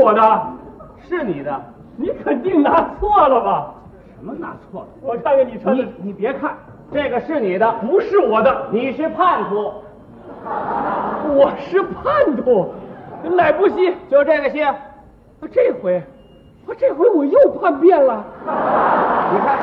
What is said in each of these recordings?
我的， 是你的， 你肯定拿错了吧？ 什么拿错了？ 我看看你穿的， 你别看，这个是你的， 不是我的， 你是叛徒。 我是叛徒，哪部戏？ 就这个戏， 这回我又叛变了。 你看，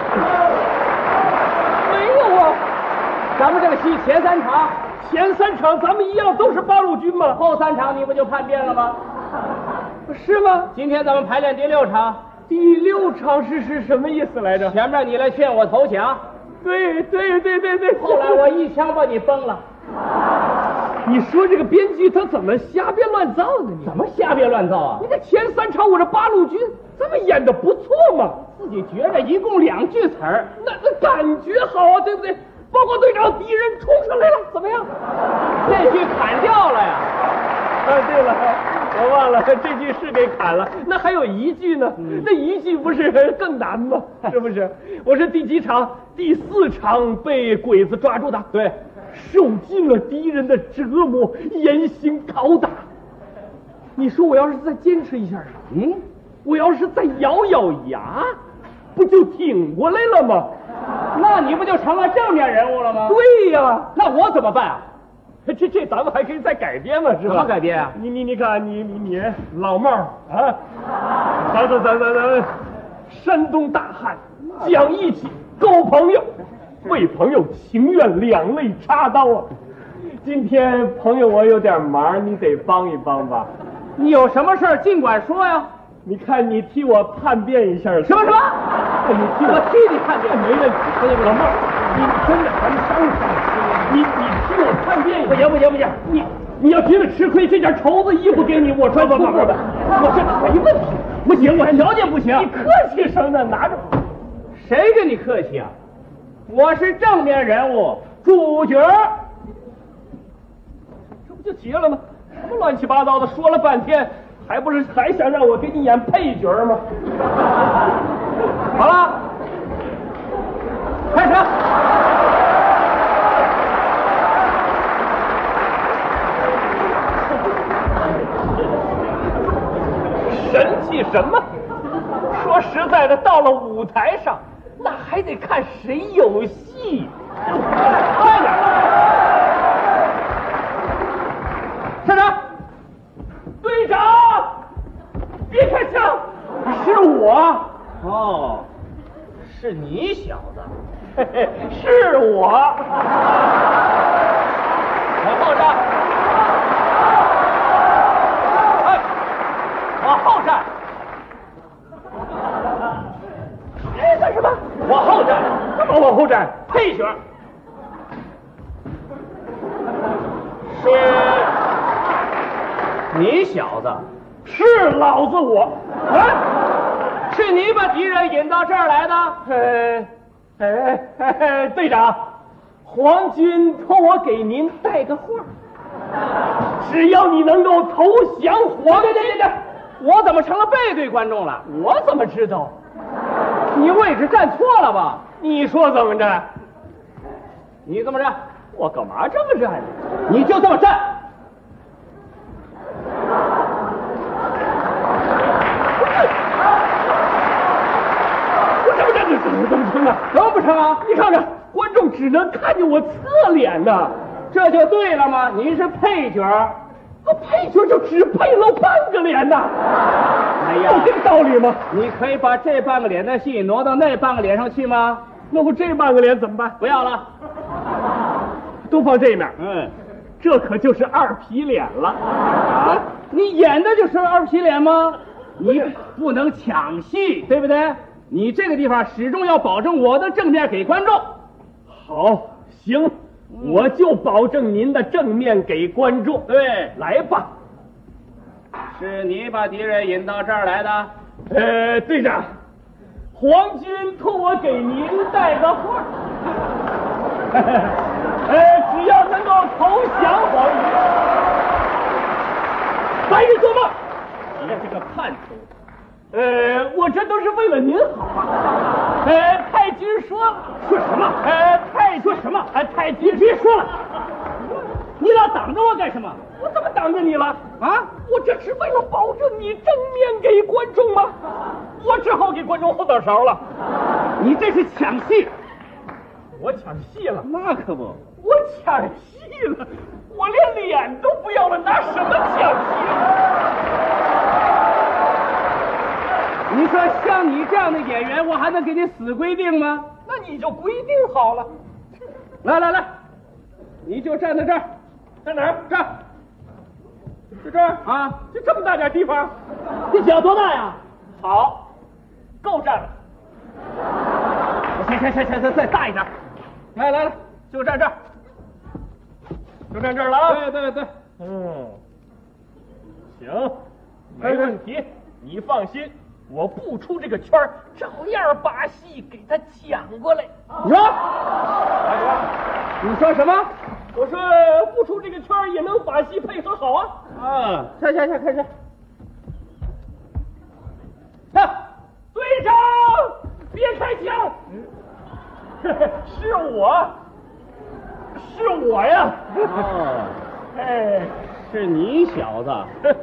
没有啊， 咱们这个戏前3场， 前3场咱们一样都是八路军嘛， 后3场你不就叛变了吗？ 是吗？ 今天咱们排练第6场， 第6场是什么意思来着？ 前面你来劝我投降， 对， 后来我一枪把你崩了。 你说这个编剧他怎么瞎编乱造的？你怎么瞎编乱造啊？ 你这前3场我这八路军，咱们演的不错嘛， 自己觉着一共2句词儿， 那感觉好啊，对不对？报告队长，敌人冲上来了，怎么样？ 这句砍掉了呀。 对了，我忘了这句是给砍了，那还有1句呢，那1句不是更难吗？是不是？我是第几场？第4场被鬼子抓住的， 对， 受尽了敌人的折磨，严刑拷打。你说我要是再坚持一下，我要是再咬牙，不就挺过来了吗？ 那你不就成了正面人物了吗？ 对呀， 那我怎么办啊？ 这咱们还可以再改编嘛，是吧？ 怎么改编啊？ 你看你老帽啊，咱山东大汉讲义气，够朋友，为朋友情愿两肋插刀啊！今天朋友我有点忙，你得帮一帮吧？ 你有什么事儿尽管说呀。 你看你替我叛变一下， 什么？我替你叛变， 没问题。老帽，你真的咱们商量商量，你替我叛变一下，不行，你要觉得吃亏，这件绸子衣服给你，我穿不，我这没问题。不行，我条件不行。你客气什么呢？拿着。 谁跟你客气啊？我是正面人物，主角， 这不就结了吗？什么乱七八糟的，说了半天，还想让我给你演配角吗？ 好了，开始。 神气什么？说实在的，到了舞台上，那还得看谁有戏。快点！站长，队长，别开枪！是我。 哦，是你小子。 嘿嘿，是我。 往后站。往后站！ 哎，干什么？往后站！干嘛往后站？ 配角是你小子， 是老子我啊！ 是你把敌人引到这儿来的？队长，皇军托我给您带个话，只要你能够投降皇军。 对，我怎么成了背对观众了？ 我怎么知道？ 你位置站错了吧？ 你说怎么着？ 你这么站， 我干嘛这么站呢？ 你就这么站。 我这么站你怎么成啊？ 怎么不成啊？ 你看看，观众只能看见我侧脸呐， 这就对了吗？你是配角。 配角就只配露半个脸呐！ 哎呀， 有这个道理吗？ 你可以把这半个脸的戏挪到那半个脸上去吗？ 那我这半个脸怎么办？ 不要了， 都放这面。这可就是2皮脸了啊！你演的就是2皮脸吗？你不能抢戏，对不对？你这个地方始终要保证我的正面给观众。 好，行。我就保证您的正面给观众。 对， 来吧。 是你把敌人引到这儿来的？ 队长，皇军托我给您带个话。只要能够投降皇军，白日做梦。 你这个叛徒。 我这都是为了您好啊！太君说什么？ 太说什么？太君别说了， 你老挡着我干什么？ 我怎么挡着你了？ 啊！ 我这是为了保证你正面给观众吗？我只好给观众后脑勺了。 你这是抢戏！ 我抢戏了？ 那可不， 我抢戏了，我连脸都不要了，拿什么抢戏了？ 你说像你这样的演员，我还能给你死规定吗？ 那你就规定好了。 来，你就站在这儿， 在哪儿？ 这儿， 就这儿啊， 就这么大点地方。 你脚多大呀？ 好，够站了。 行，再大一点。来，就站这儿， 就站这儿了啊。 对。 行，没问题，你放心，我不出这个圈儿，照样把戏给他抢过来。 你说什么？ 我说不出这个圈儿也能把戏配合好啊。 啊，下，开始。 队长，别开枪！是我呀。 哦， 哎， 是你小子。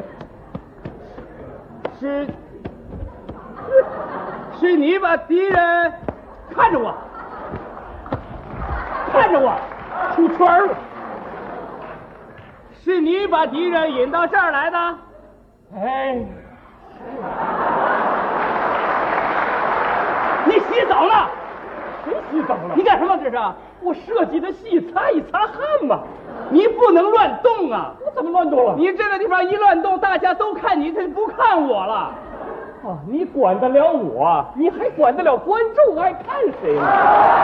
是你把敌人看着我， 出圈了。 是你把敌人引到这儿来的。 哎， 你洗澡呢？ 谁洗澡了？ 你干什么这是？ 我设计的戏擦一擦汗嘛。 你不能乱动啊！ 我怎么乱动了？ 你这个地方一乱动，大家都看你，他就不看我了。 啊，你管得了我，你还管得了观众爱看谁呢？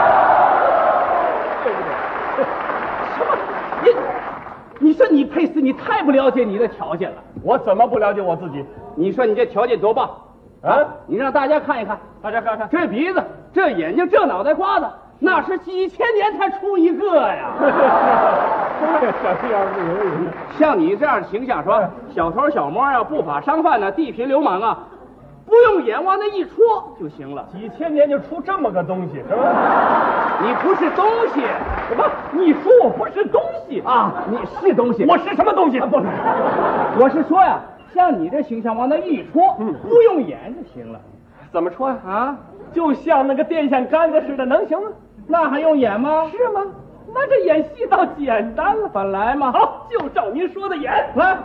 对不对？ 什么？你说你佩斯，你太不了解你的条件了。 我怎么不了解我自己？ 你说你这条件多棒啊！ 你让大家看一看， 大家看看， 这鼻子，这眼睛，这脑袋瓜子，那是几千年才出一个呀！ 这样不容易。 像你这样的形象，说小偷小摸啊，不法商贩呢，地痞流氓啊，不用眼往那一戳就行了。 几千年就出这么个东西，是吧？ 你不是东西。 什么？你说我不是东西啊？你是东西。 我是什么东西？ 不是，我是说呀，像你这形象往那一戳，不用演就行了。 怎么戳呀？ 啊， 就像那个电线杆子似的，能行吗？ 那还用演吗？ 是吗？那这演戏倒简单了。 本来嘛。 好，就照您说的演。 来，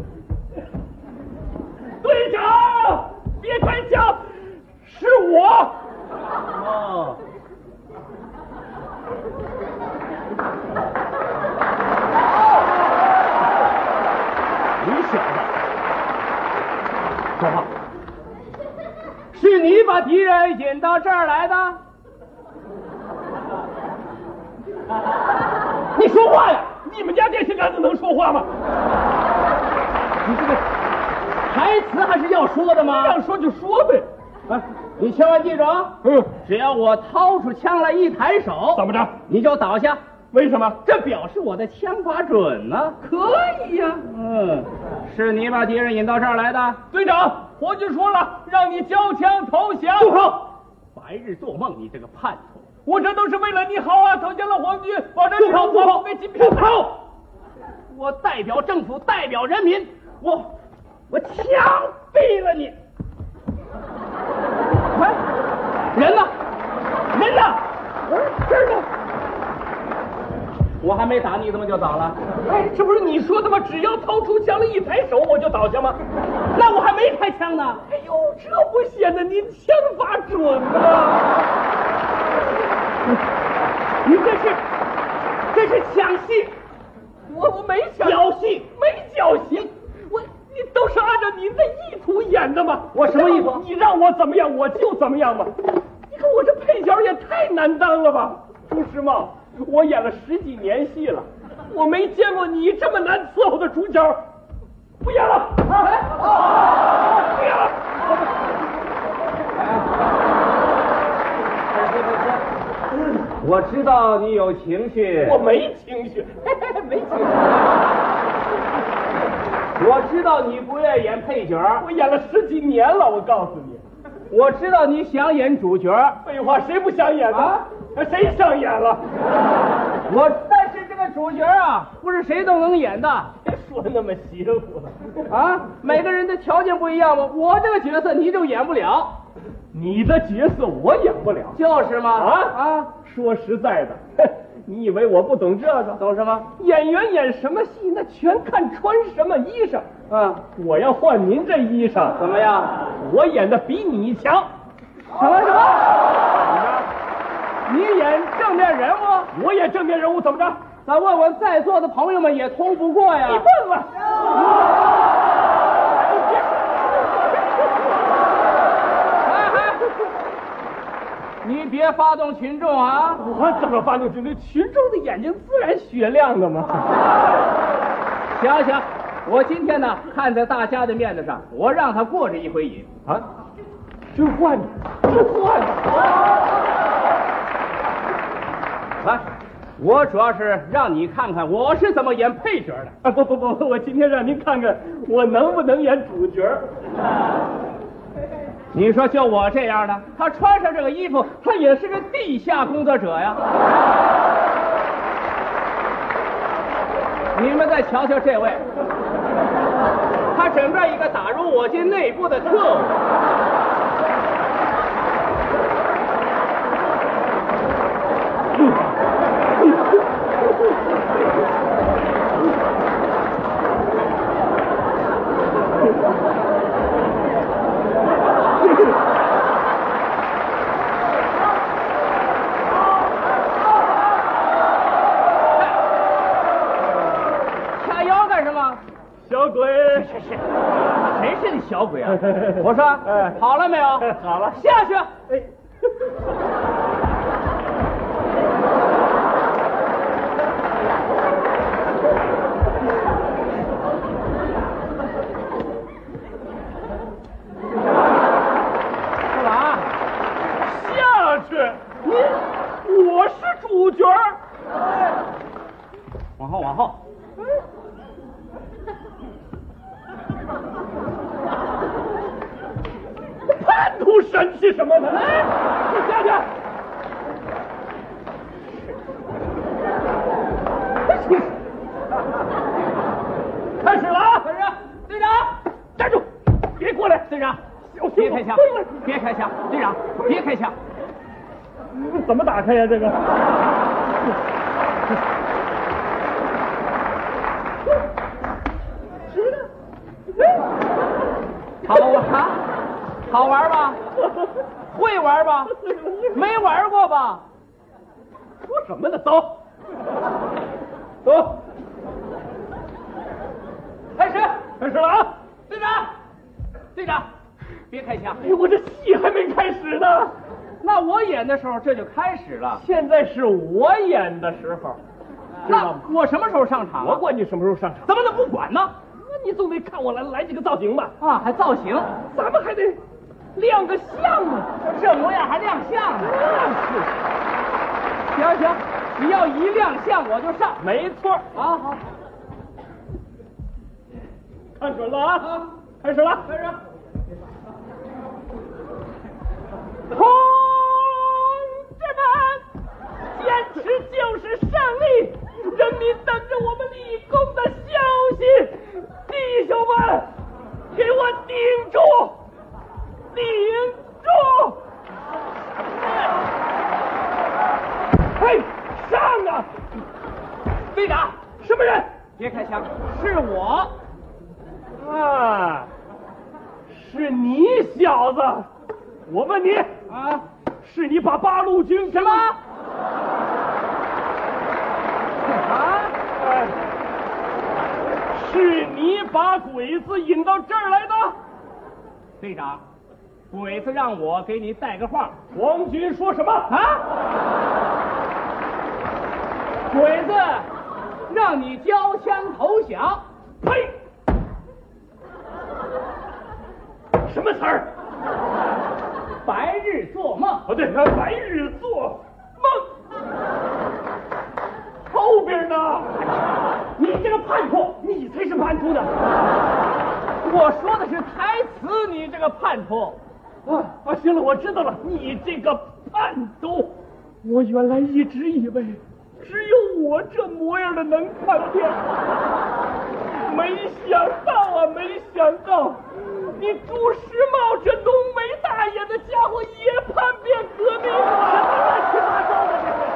队长，别开枪，是我。 哦。你小子说话，是你把敌人引到这儿来的？ 你说话呀！你们家电线杆子能说话吗？ 你这个台词还是要说的吗？ 要说就说呗。 啊，你千万记住啊！只要我掏出枪来一抬手， 怎么着？ 你就倒下。 为什么？ 这表示我的枪法准呢。 可以呀。 是你把敌人引到这儿来的？ 队长，伙计说了，让你交枪投降。 住口！白日做梦，你这个叛徒！ 我这都是为了你好啊！投降了皇军，保证住口！住口！ 被金票。 住口！我代表政府，代表人民，我枪毙了你！喂，人呢？人呢？这儿呢？我还没打你，怎么就倒了？ 哎，这不是你说的吗？只要掏出枪来一抬手，我就倒下吗？ 那我还没开枪呢。 哎呦，这不显得您枪法准吗？ 你这是抢戏， 我没抢侥戏， 没侥戏，你都是按照您的意图演的吗？ 我什么意图？ 你让我怎么样我就怎么样吧。你看我这配角也太难当了吧？朱时茂，我演了10几年戏了，我没见过你这么难伺候的主角，不演了，不演了。 我知道你有情绪， 我没情绪，没情绪。 我知道你不愿演配角， 我演了10几年了，我告诉你。 我知道你想演主角， 废话，谁不想演呢？谁想演了？ 但是这个主角啊，不是谁都能演的， 别说那么邪乎了啊？每个人的条件不一样嘛，我这个角色你就演不了。 你的角色我演不了， 就是嘛。啊， 说实在的，你以为我不懂这个？ 懂什么？ 演员演什么戏，那全看穿什么衣裳。我要换您这衣裳， 怎么样？ 我演的比你强。 什么？你演正面人物， 我演正面人物，怎么着？ 咱问问在座的朋友们也通不过呀。 你问问。 你别发动群众啊！ 我怎么发动群众？群众的眼睛自然雪亮的嘛。 行，我今天呢，看在大家的面子上，我让他过这一回瘾啊！真换的。 来，我主要是让你看看我是怎么演配角的。 不，我今天让您看看我能不能演主角。 你说就我这样的，他穿上这个衣服，他也是个地下工作者呀。你们再瞧瞧这位，他整个一个打入我军内部的特务。掐腰干什么？ 小鬼， 谁是你小鬼啊？我说，好了没有？ 好了， 下去。干嘛？ 下去！我是主角。 往后。 叛徒神气什么的？你下去！开始了啊！ 队长，队长， 站住！别过来！ 队长， 小心别开枪！别开枪！队长，别开枪！ 怎么打开呀？这个？ 好玩吧？会玩吧？没玩过吧？ 说什么呢？走，走， 开始了啊！ 队长，别开枪！ 哎，我这戏还没开始呢。 那我演的时候这就开始了。 现在是我演的时候，知道吗？ 那我什么时候上场？ 我管你什么时候上场， 怎么能不管呢？ 那你总得看我来几个造型吧？ 啊，还造型？ 咱们还得亮个相啊！ 这模样还亮相呢？行，你要一亮相我就上。 没错。 好， 看准了啊！开始了，同志们，坚持就是胜利！人民等着我们立功的消息，弟兄们，给我顶住！嘿，上啊！ 队长， 什么人？ 别开枪，是我。 啊，是你小子！我问你啊， 是你把八路军什么？ 是你把鬼子引到这儿来的？ 队长，鬼子让我给你带个话。 皇军说什么？ 啊？鬼子让你交枪投降。 呸！什么词儿？ 白日做梦。 哦，对，白日做梦。后边呢？你这个叛徒，你才是叛徒呢！ 我说的是台词，你这个叛徒。 行了，我知道了，你这个叛徒。我原来一直以为只有我这模样的能看见， 没想到啊，没想到，你朱时茂这浓眉大眼的家伙也叛变革命了，什么乱七八糟的这是！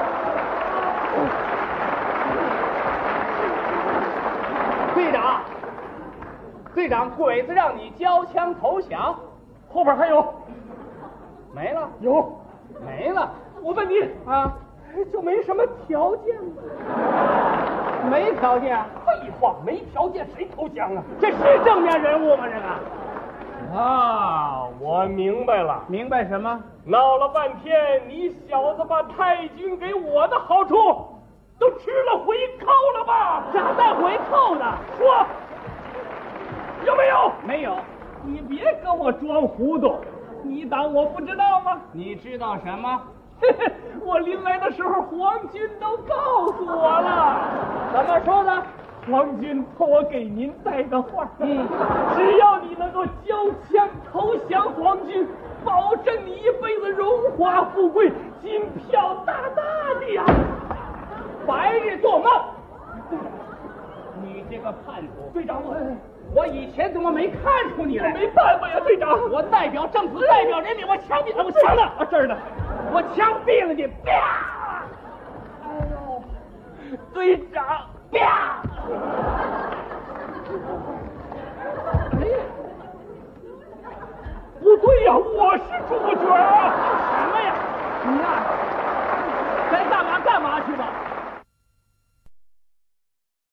队长，鬼子让你交枪投降， 后边还有， 没了， 有， 没了。 我问你啊， 就没什么条件吗？ 没条件。 废话，没条件谁投降啊？ 这是正面人物吗？这个啊，我明白了。 明白什么？ 闹了半天，你小子把太君给我的好处都吃了回扣了吧？ 咋带回扣呢？ 说有没有？ 没有。 你别跟我装糊涂，你当我不知道吗？ 你知道什么？ 我临来的时候，皇军都告诉我了。 怎么说的？ 皇军托我给您带个话，只要你能够交枪投降皇军，保证你一辈子荣华富贵，金票大大的呀！ 白日做梦！你这个叛徒！ 队长， 我以前怎么没看出你来？ 没办法呀，队长， 我代表政府，代表人民，我枪毙了，我枪了啊，这儿呢， 我枪毙了你！ 啪！哎呦，队长，啪！哎呀，不对呀，我是主角啊！ 什么呀？你呀，该干嘛干嘛去吧。